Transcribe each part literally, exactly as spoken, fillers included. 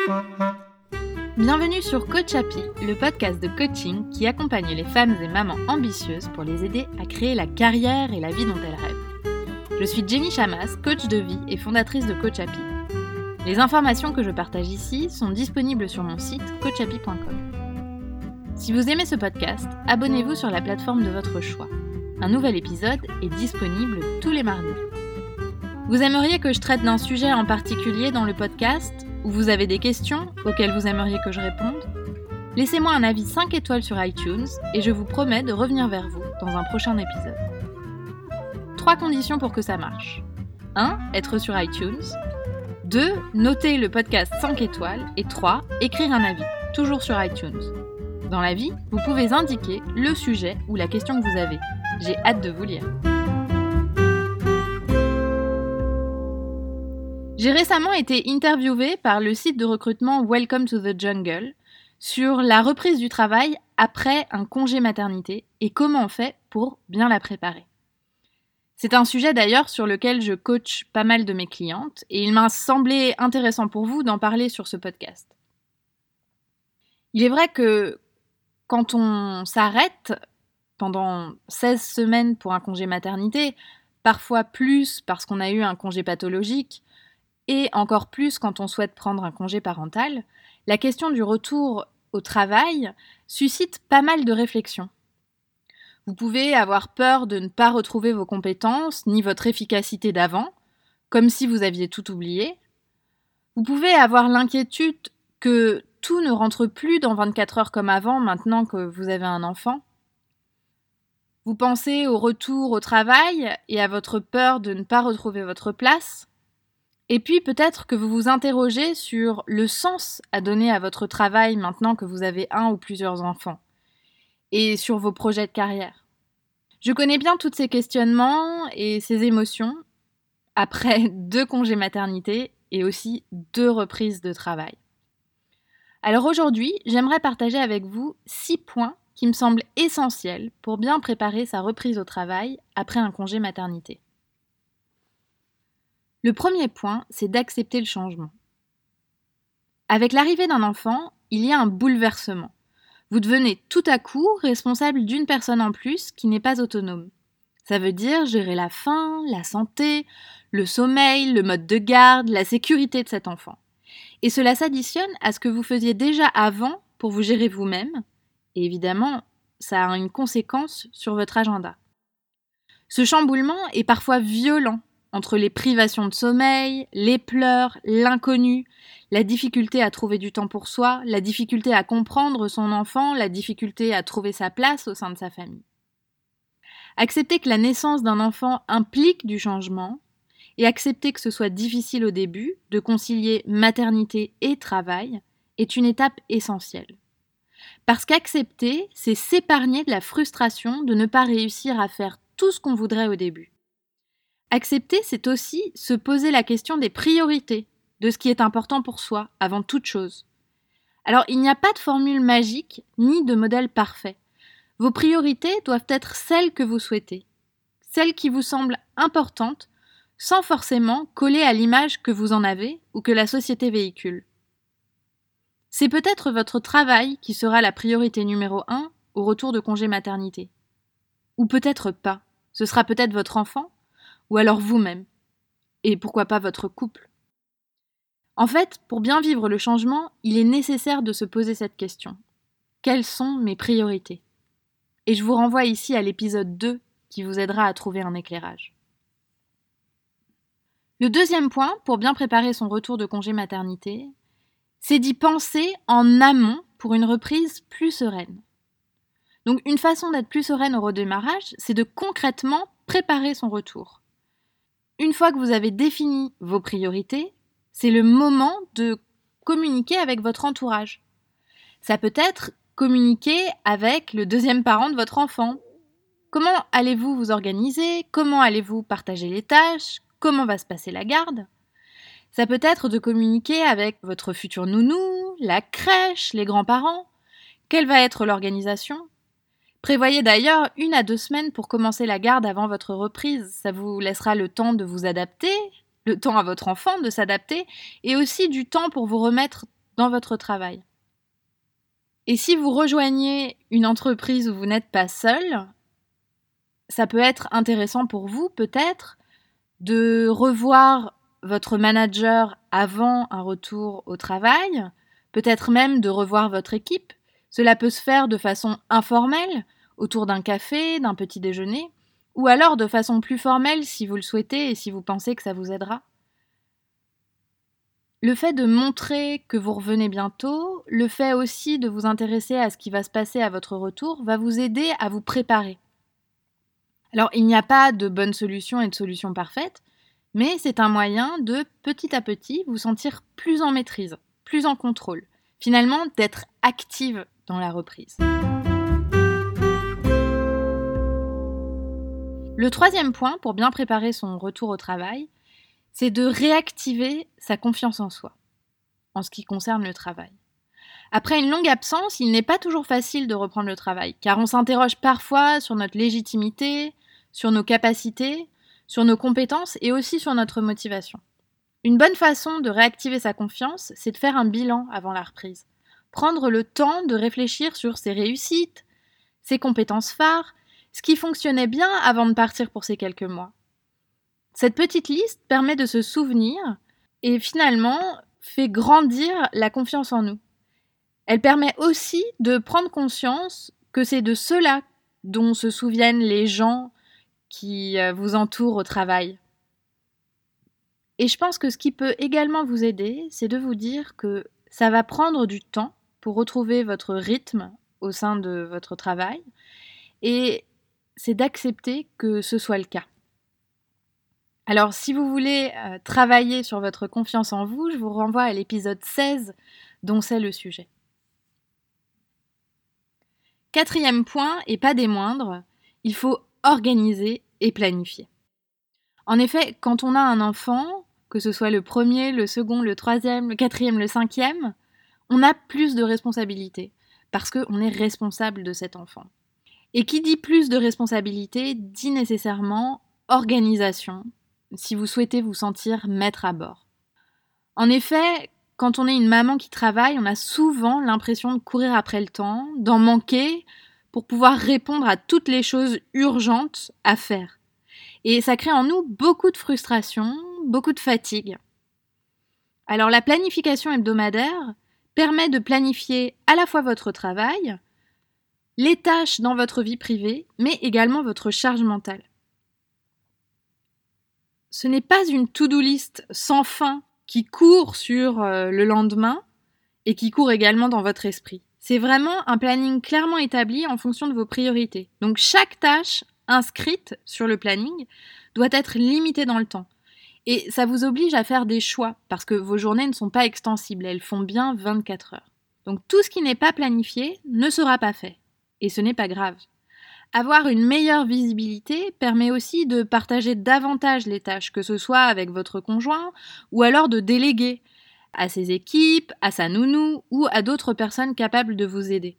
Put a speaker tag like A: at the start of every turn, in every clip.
A: Bienvenue sur Coach Happy, le podcast de coaching qui accompagne les femmes et mamans ambitieuses pour les aider à créer la carrière et la vie dont elles rêvent. Je suis Jenny Chamas, coach de vie et fondatrice de Coach Happy. Les informations que je partage ici sont disponibles sur mon site coach happy point com. Si vous aimez ce podcast, abonnez-vous sur la plateforme de votre choix. Un nouvel épisode est disponible tous les mardis. Vous aimeriez que je traite d'un sujet en particulier dans le podcast, ou vous avez des questions auxquelles vous aimeriez que je réponde? Laissez-moi un avis cinq étoiles sur iTunes et je vous promets de revenir vers vous dans un prochain épisode. Trois conditions pour que ça marche. un. Être sur iTunes. deux. Noter le podcast cinq étoiles. Et trois. Écrire un avis, toujours sur iTunes. Dans la vie, vous pouvez indiquer le sujet ou la question que vous avez. J'ai hâte de vous lire. J'ai récemment été interviewée par le site de recrutement Welcome to the Jungle sur la reprise du travail après un congé maternité et comment on fait pour bien la préparer. C'est un sujet d'ailleurs sur lequel je coach pas mal de mes clientes et il m'a semblé intéressant pour vous d'en parler sur ce podcast. Il est vrai que quand on s'arrête pendant seize semaines pour un congé maternité, parfois plus parce qu'on a eu un congé pathologique, et encore plus quand on souhaite prendre un congé parental, la question du retour au travail suscite pas mal de réflexions. Vous pouvez avoir peur de ne pas retrouver vos compétences ni votre efficacité d'avant, comme si vous aviez tout oublié. Vous pouvez avoir l'inquiétude que tout ne rentre plus dans vingt-quatre heures comme avant maintenant que vous avez un enfant. Vous pensez au retour au travail et à votre peur de ne pas retrouver votre place. Et puis peut-être que vous vous interrogez sur le sens à donner à votre travail maintenant que vous avez un ou plusieurs enfants, et sur vos projets de carrière. Je connais bien tous ces questionnements et ces émotions après deux congés maternité et aussi deux reprises de travail. Alors aujourd'hui, j'aimerais partager avec vous six points qui me semblent essentiels pour bien préparer sa reprise au travail après un congé maternité. Le premier point, c'est d'accepter le changement. Avec l'arrivée d'un enfant, il y a un bouleversement. Vous devenez tout à coup responsable d'une personne en plus qui n'est pas autonome. Ça veut dire gérer la faim, la santé, le sommeil, le mode de garde, la sécurité de cet enfant. Et cela s'additionne à ce que vous faisiez déjà avant pour vous gérer vous-même. Et évidemment, ça a une conséquence sur votre agenda. Ce chamboulement est parfois violent. Entre les privations de sommeil, les pleurs, l'inconnu, la difficulté à trouver du temps pour soi, la difficulté à comprendre son enfant, la difficulté à trouver sa place au sein de sa famille. Accepter que la naissance d'un enfant implique du changement et accepter que ce soit difficile au début de concilier maternité et travail est une étape essentielle. Parce qu'accepter, c'est s'épargner de la frustration de ne pas réussir à faire tout ce qu'on voudrait au début. Accepter, c'est aussi se poser la question des priorités, de ce qui est important pour soi, avant toute chose. Alors, il n'y a pas de formule magique, ni de modèle parfait. Vos priorités doivent être celles que vous souhaitez, celles qui vous semblent importantes, sans forcément coller à l'image que vous en avez ou que la société véhicule. C'est peut-être votre travail qui sera la priorité numéro un au retour de congé maternité. Ou peut-être pas. Ce sera peut-être votre enfant, ou alors vous-même, et pourquoi pas votre couple. En fait, pour bien vivre le changement, il est nécessaire de se poser cette question. Quelles sont mes priorités ? Et je vous renvoie ici à l'épisode deux qui vous aidera à trouver un éclairage. Le deuxième point, pour bien préparer son retour de congé maternité, c'est d'y penser en amont pour une reprise plus sereine. Donc une façon d'être plus sereine au redémarrage, c'est de concrètement préparer son retour. Une fois que vous avez défini vos priorités, c'est le moment de communiquer avec votre entourage. Ça peut être communiquer avec le deuxième parent de votre enfant. Comment allez-vous vous organiser ? Comment allez-vous partager les tâches ? Comment va se passer la garde ? Ça peut être de communiquer avec votre futur nounou, la crèche, les grands-parents. Quelle va être l'organisation ? Prévoyez d'ailleurs une à deux semaines pour commencer la garde avant votre reprise. Ça vous laissera le temps de vous adapter, le temps à votre enfant de s'adapter, et aussi du temps pour vous remettre dans votre travail. Et si vous rejoignez une entreprise où vous n'êtes pas seul, ça peut être intéressant pour vous, peut-être, de revoir votre manager avant un retour au travail, peut-être même de revoir votre équipe. Cela peut se faire de façon informelle, autour d'un café, d'un petit déjeuner, ou alors de façon plus formelle si vous le souhaitez et si vous pensez que ça vous aidera. Le fait de montrer que vous revenez bientôt, le fait aussi de vous intéresser à ce qui va se passer à votre retour, va vous aider à vous préparer. Alors, il n'y a pas de bonne solution et de solution parfaite, mais c'est un moyen de, petit à petit, vous sentir plus en maîtrise, plus en contrôle. Finalement, d'être active dans la reprise. Le troisième point, pour bien préparer son retour au travail, c'est de réactiver sa confiance en soi, en ce qui concerne le travail. Après une longue absence, il n'est pas toujours facile de reprendre le travail, car on s'interroge parfois sur notre légitimité, sur nos capacités, sur nos compétences et aussi sur notre motivation. Une bonne façon de réactiver sa confiance, c'est de faire un bilan avant la reprise. Prendre le temps de réfléchir sur ses réussites, ses compétences phares, ce qui fonctionnait bien avant de partir pour ces quelques mois. Cette petite liste permet de se souvenir et finalement fait grandir la confiance en nous. Elle permet aussi de prendre conscience que c'est de cela dont se souviennent les gens qui vous entourent au travail. Et je pense que ce qui peut également vous aider, c'est de vous dire que ça va prendre du temps pour retrouver votre rythme au sein de votre travail et c'est d'accepter que ce soit le cas. Alors, si vous voulez euh, travailler sur votre confiance en vous, je vous renvoie à l'épisode seize dont c'est le sujet. Quatrième point, et pas des moindres, il faut organiser et planifier. En effet, quand on a un enfant, que ce soit le premier, le second, le troisième, le quatrième, le cinquième, on a plus de responsabilités, parce qu'on est responsable de cet enfant. Et qui dit plus de responsabilités, dit nécessairement organisation, si vous souhaitez vous sentir maître à bord. En effet, quand on est une maman qui travaille, on a souvent l'impression de courir après le temps, d'en manquer pour pouvoir répondre à toutes les choses urgentes à faire. Et ça crée en nous beaucoup de frustration, beaucoup de fatigue. Alors la planification hebdomadaire permet de planifier à la fois votre travail, les tâches dans votre vie privée, mais également votre charge mentale. Ce n'est pas une to-do list sans fin qui court sur euh, le lendemain et qui court également dans votre esprit. C'est vraiment un planning clairement établi en fonction de vos priorités. Donc chaque tâche inscrite sur le planning doit être limitée dans le temps. Et ça vous oblige à faire des choix parce que vos journées ne sont pas extensibles, elles font bien vingt-quatre heures. Donc tout ce qui n'est pas planifié ne sera pas fait. Et ce n'est pas grave. Avoir une meilleure visibilité permet aussi de partager davantage les tâches, que ce soit avec votre conjoint ou alors de déléguer à ses équipes, à sa nounou ou à d'autres personnes capables de vous aider.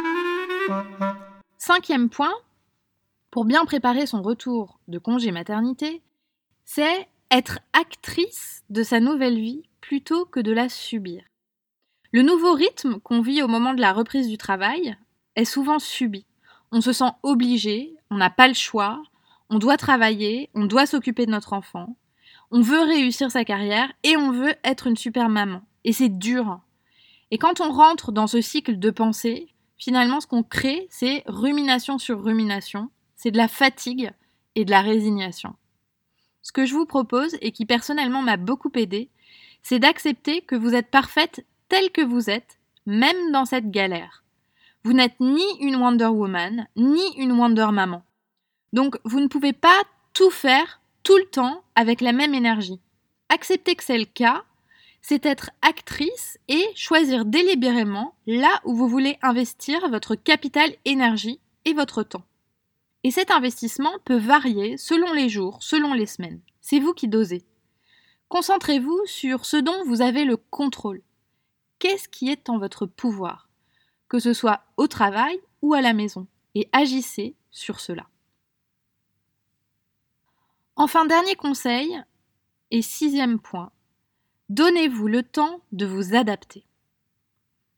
A: Cinquième point, pour bien préparer son retour de congé maternité, c'est être actrice de sa nouvelle vie plutôt que de la subir. Le nouveau rythme qu'on vit au moment de la reprise du travail est souvent subi. On se sent obligé, on n'a pas le choix, on doit travailler, on doit s'occuper de notre enfant, on veut réussir sa carrière et on veut être une super maman. Et c'est dur. Et quand on rentre dans ce cycle de pensée, finalement ce qu'on crée, c'est rumination sur rumination, c'est de la fatigue et de la résignation. Ce que je vous propose, et qui personnellement m'a beaucoup aidée, c'est d'accepter que vous êtes parfaite telle que vous êtes, même dans cette galère. Vous n'êtes ni une Wonder Woman, ni une Wonder Maman. Donc, vous ne pouvez pas tout faire tout le temps avec la même énergie. Accepter que c'est le cas, c'est être actrice et choisir délibérément là où vous voulez investir votre capital énergie et votre temps. Et cet investissement peut varier selon les jours, selon les semaines. C'est vous qui dosez. Concentrez-vous sur ce dont vous avez le contrôle. Qu'est-ce qui est en votre pouvoir ? Que ce soit au travail ou à la maison, et agissez sur cela. Enfin, dernier conseil, et sixième point, donnez-vous le temps de vous adapter.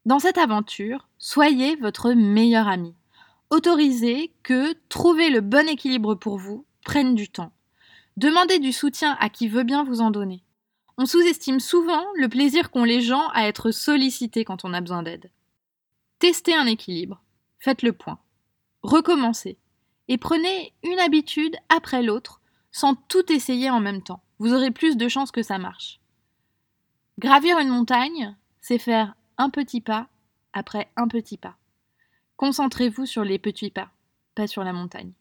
A: Dans cette aventure, soyez votre meilleur ami. Autorisez que trouver le bon équilibre pour vous prenne du temps. Demandez du soutien à qui veut bien vous en donner. On sous-estime souvent le plaisir qu'ont les gens à être sollicités quand on a besoin d'aide. Testez un équilibre, faites le point, recommencez et prenez une habitude après l'autre sans tout essayer en même temps. Vous aurez plus de chances que ça marche. Gravir une montagne, c'est faire un petit pas après un petit pas. Concentrez-vous sur les petits pas, pas sur la montagne.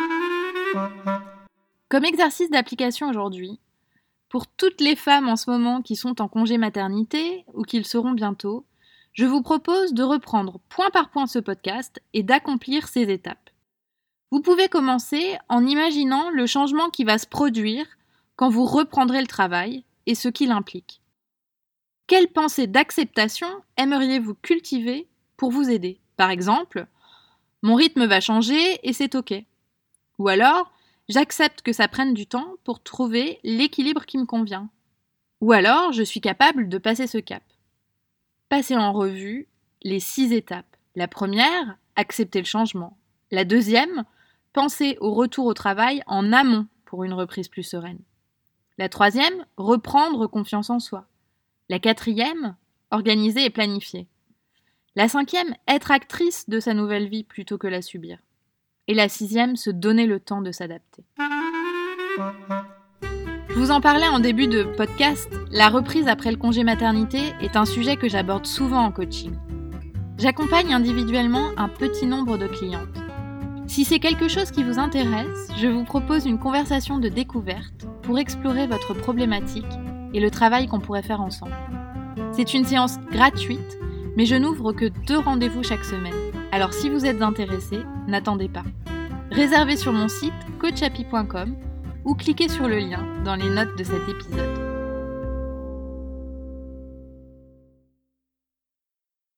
A: Comme exercice d'application aujourd'hui, pour toutes les femmes en ce moment qui sont en congé maternité ou qui le seront bientôt, je vous propose de reprendre point par point ce podcast et d'accomplir ces étapes. Vous pouvez commencer en imaginant le changement qui va se produire quand vous reprendrez le travail et ce qu'il implique. Quelle pensée d'acceptation aimeriez-vous cultiver pour vous aider ? Par exemple, mon rythme va changer et c'est ok. Ou alors, j'accepte que ça prenne du temps pour trouver l'équilibre qui me convient. Ou alors, je suis capable de passer ce cap. Passez en revue les six étapes. La première, accepter le changement. La deuxième, penser au retour au travail en amont pour une reprise plus sereine. La troisième, reprendre confiance en soi. La quatrième, organiser et planifier. La cinquième, être actrice de sa nouvelle vie plutôt que la subir. Et la sixième, se donner le temps de s'adapter. Je vous en parlais en début de podcast, la reprise après le congé maternité est un sujet que j'aborde souvent en coaching. J'accompagne individuellement un petit nombre de clientes. Si c'est quelque chose qui vous intéresse, je vous propose une conversation de découverte pour explorer votre problématique et le travail qu'on pourrait faire ensemble. C'est une séance gratuite, mais je n'ouvre que deux rendez-vous chaque semaine. Alors si vous êtes intéressé, n'attendez pas. Réservez sur mon site coach happy point com ou cliquez sur le lien dans les notes de cet épisode.